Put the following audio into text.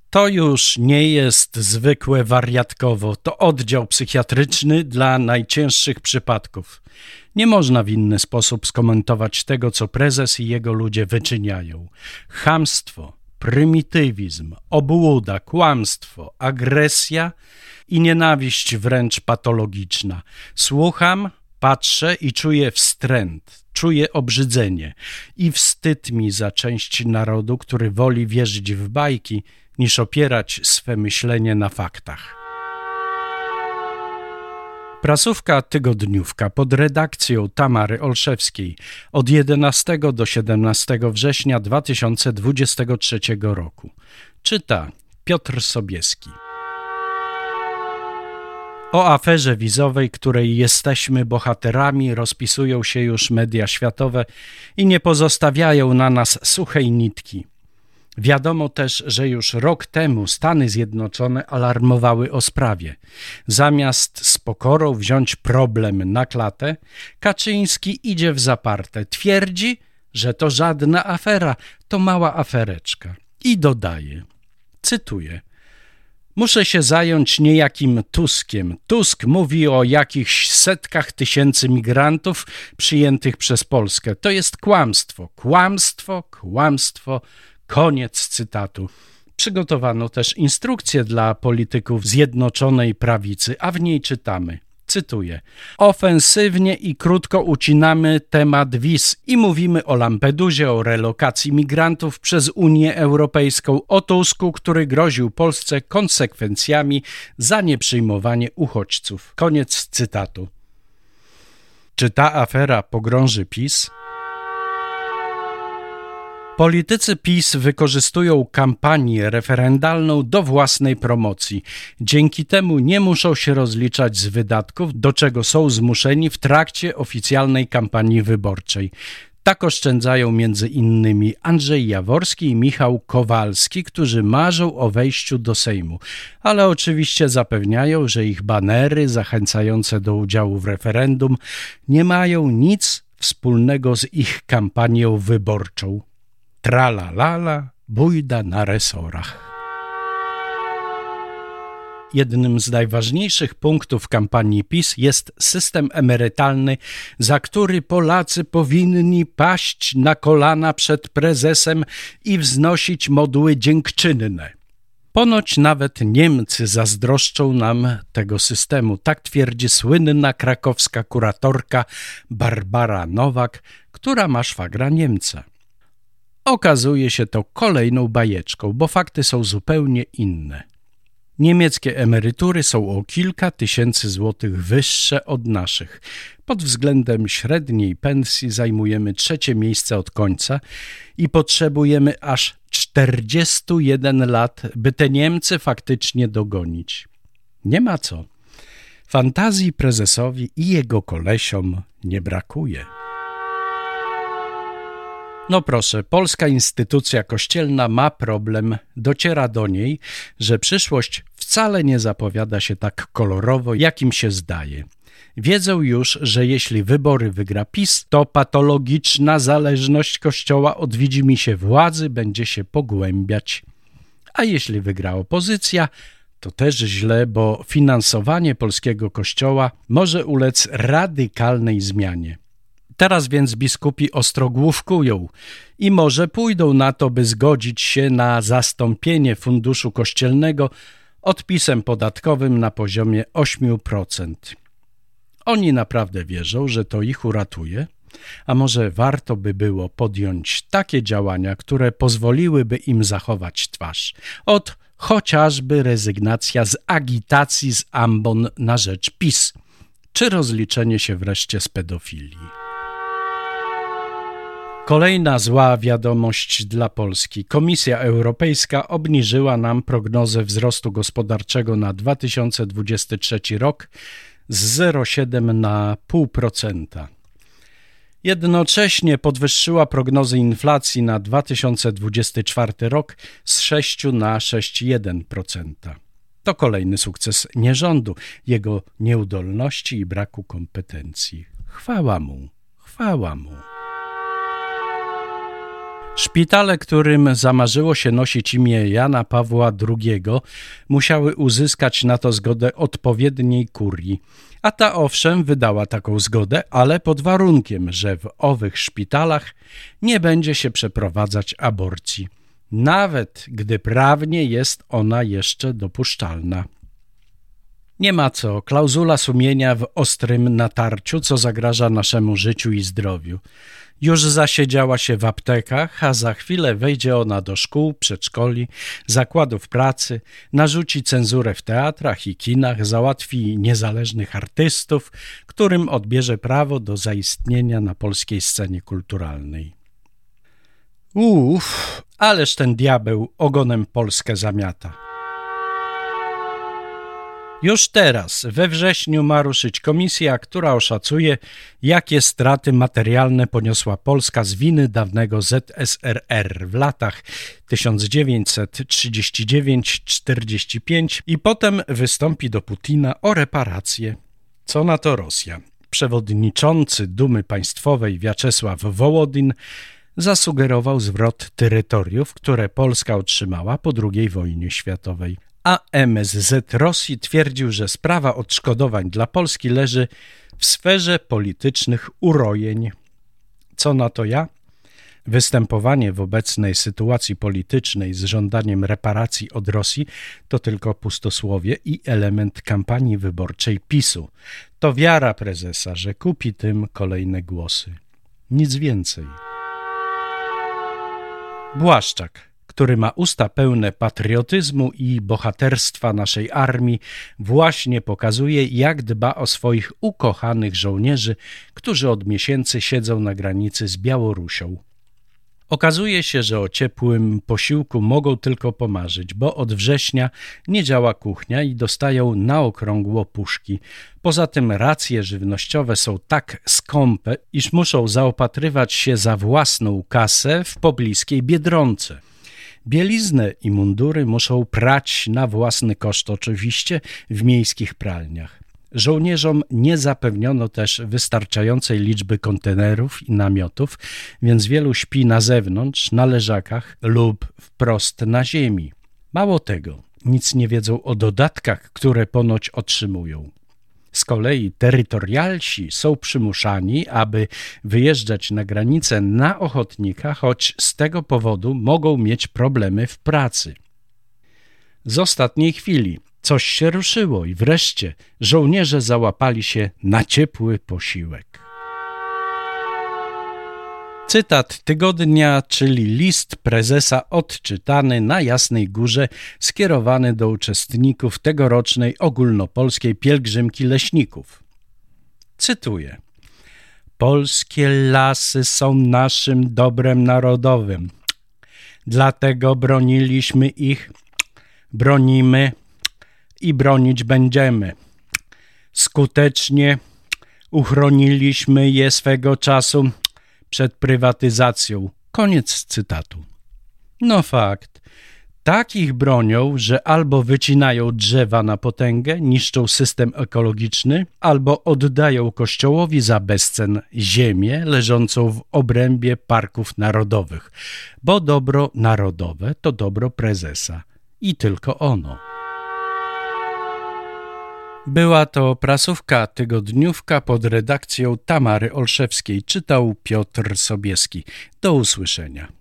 To już nie jest zwykłe wariatkowo, to oddział psychiatryczny dla najcięższych przypadków. Nie można w inny sposób skomentować tego, co prezes i jego ludzie wyczyniają. Chamstwo, prymitywizm, obłuda, kłamstwo, agresja i nienawiść wręcz patologiczna. Słucham, patrzę i czuję wstręt, czuję obrzydzenie i wstyd mi za część narodu, który woli wierzyć w bajki, niż opierać swe myślenie na faktach. Prasówka Tygodniówka pod redakcją Tamary Olszewskiej od 11 do 17 września 2023 roku. Czyta Piotr Sobieski. O aferze wizowej, której jesteśmy bohaterami, rozpisują się już media światowe i nie pozostawiają na nas suchej nitki. Wiadomo też, że już rok temu Stany Zjednoczone alarmowały o sprawie. Zamiast z pokorą wziąć problem na klatę, Kaczyński idzie w zaparte. Twierdzi, że to żadna afera, to mała afereczka. I dodaje, cytuję: muszę się zająć niejakim Tuskiem. Tusk mówi o jakichś setkach tysięcy migrantów przyjętych przez Polskę. To jest kłamstwo, kłamstwo, kłamstwo. Koniec cytatu. Przygotowano też instrukcję dla polityków Zjednoczonej Prawicy, a w niej czytamy, cytuję: ofensywnie i krótko ucinamy temat wiz i mówimy o Lampedusie, o relokacji migrantów przez Unię Europejską, o Tusku, który groził Polsce konsekwencjami za nieprzyjmowanie uchodźców. Koniec cytatu. Czy ta afera pogrąży PiS? Politycy PiS wykorzystują kampanię referendalną do własnej promocji. Dzięki temu nie muszą się rozliczać z wydatków, do czego są zmuszeni w trakcie oficjalnej kampanii wyborczej. Tak oszczędzają między innymi Andrzej Jaworski i Michał Kowalski, którzy marzą o wejściu do Sejmu, ale oczywiście zapewniają, że ich banery zachęcające do udziału w referendum nie mają nic wspólnego z ich kampanią wyborczą. Tralalala, bójda na resorach. Jednym z najważniejszych punktów kampanii PiS jest system emerytalny, za który Polacy powinni paść na kolana przed prezesem i wznosić modły dziękczynne. Ponoć nawet Niemcy zazdroszczą nam tego systemu, tak twierdzi słynna krakowska kuratorka Barbara Nowak, która ma szwagra Niemca. Okazuje się to kolejną bajeczką, bo fakty są zupełnie inne. Niemieckie emerytury są o kilka tysięcy złotych wyższe od naszych. Pod względem średniej pensji zajmujemy 3. miejsce od końca i potrzebujemy aż 41 lat, by te Niemcy faktycznie dogonić. Nie ma co. Fantazji prezesowi i jego kolesiom nie brakuje. No proszę, polska instytucja kościelna ma problem, dociera do niej, że przyszłość wcale nie zapowiada się tak kolorowo, jakim się zdaje. Wiedzą już, że jeśli wybory wygra PiS, to patologiczna zależność Kościoła od widzimisię władzy będzie się pogłębiać. A jeśli wygra opozycja, to też źle, bo finansowanie polskiego Kościoła może ulec radykalnej zmianie. Teraz więc biskupi ostro główkują i może pójdą na to, by zgodzić się na zastąpienie funduszu kościelnego odpisem podatkowym na poziomie 8%. Oni naprawdę wierzą, że to ich uratuje, a może warto by było podjąć takie działania, które pozwoliłyby im zachować twarz. Od chociażby rezygnacja z agitacji z ambon na rzecz PiS, czy rozliczenie się wreszcie z pedofilii. Kolejna zła wiadomość dla Polski. Komisja Europejska obniżyła nam prognozę wzrostu gospodarczego na 2023 rok z 0,7 na 0,5%. Jednocześnie podwyższyła prognozy inflacji na 2024 rok z 6 na 6,1%. To kolejny sukces nierządu, jego nieudolności i braku kompetencji. Chwała mu, chwała mu. Szpitale, którym zamarzyło się nosić imię Jana Pawła II, musiały uzyskać na to zgodę odpowiedniej kurii. A ta owszem wydała taką zgodę, ale pod warunkiem, że w owych szpitalach nie będzie się przeprowadzać aborcji, nawet gdy prawnie jest ona jeszcze dopuszczalna. Nie ma co, klauzula sumienia w ostrym natarciu, co zagraża naszemu życiu i zdrowiu. Już zasiedziała się w aptekach, a za chwilę wejdzie ona do szkół, przedszkoli, zakładów pracy, narzuci cenzurę w teatrach i kinach, załatwi niezależnych artystów, którym odbierze prawo do zaistnienia na polskiej scenie kulturalnej. Ależ ten diabeł ogonem Polskę zamiata. Już teraz, we wrześniu, ma ruszyć komisja, która oszacuje, jakie straty materialne poniosła Polska z winy dawnego ZSRR w latach 1939-45 i potem wystąpi do Putina o reparacje. Co na to Rosja? Przewodniczący Dumy Państwowej Wiaczesław Wołodin zasugerował zwrot terytoriów, które Polska otrzymała po II wojnie światowej. A MSZ Rosji twierdził, że sprawa odszkodowań dla Polski leży w sferze politycznych urojeń. Co na to ja? Występowanie w obecnej sytuacji politycznej z żądaniem reparacji od Rosji to tylko pustosłowie i element kampanii wyborczej PiS-u. To wiara prezesa, że kupi tym kolejne głosy. Nic więcej. Błaszczak, który ma usta pełne patriotyzmu i bohaterstwa naszej armii, właśnie pokazuje, jak dba o swoich ukochanych żołnierzy, którzy od miesięcy siedzą na granicy z Białorusią. Okazuje się, że o ciepłym posiłku mogą tylko pomarzyć, bo od września nie działa kuchnia i dostają na okrągło puszki. Poza tym racje żywnościowe są tak skąpe, iż muszą zaopatrywać się za własną kasę w pobliskiej Biedronce. Bieliznę i mundury muszą prać na własny koszt, oczywiście w miejskich pralniach. Żołnierzom nie zapewniono też wystarczającej liczby kontenerów i namiotów, więc wielu śpi na zewnątrz, na leżakach lub wprost na ziemi. Mało tego, nic nie wiedzą o dodatkach, które ponoć otrzymują. Z kolei terytorialsi są przymuszani, aby wyjeżdżać na granicę na ochotnika, choć z tego powodu mogą mieć problemy w pracy. Z ostatniej chwili coś się ruszyło i wreszcie żołnierze załapali się na ciepły posiłek. Cytat tygodnia, czyli list prezesa odczytany na Jasnej Górze, skierowany do uczestników tegorocznej ogólnopolskiej pielgrzymki leśników. Cytuję. Polskie lasy są naszym dobrem narodowym. Dlatego broniliśmy ich, bronimy i bronić będziemy. Skutecznie uchroniliśmy je swego czasu przed prywatyzacją. Koniec cytatu. No fakt. Tak ich bronią, że albo wycinają drzewa na potęgę, niszczą system ekologiczny, albo oddają Kościołowi za bezcen ziemię leżącą w obrębie parków narodowych, bo dobro narodowe to dobro prezesa i tylko ono. Była to prasówka tygodniówka pod redakcją Tamary Olszewskiej. Czytał Piotr Sobieski. Do usłyszenia.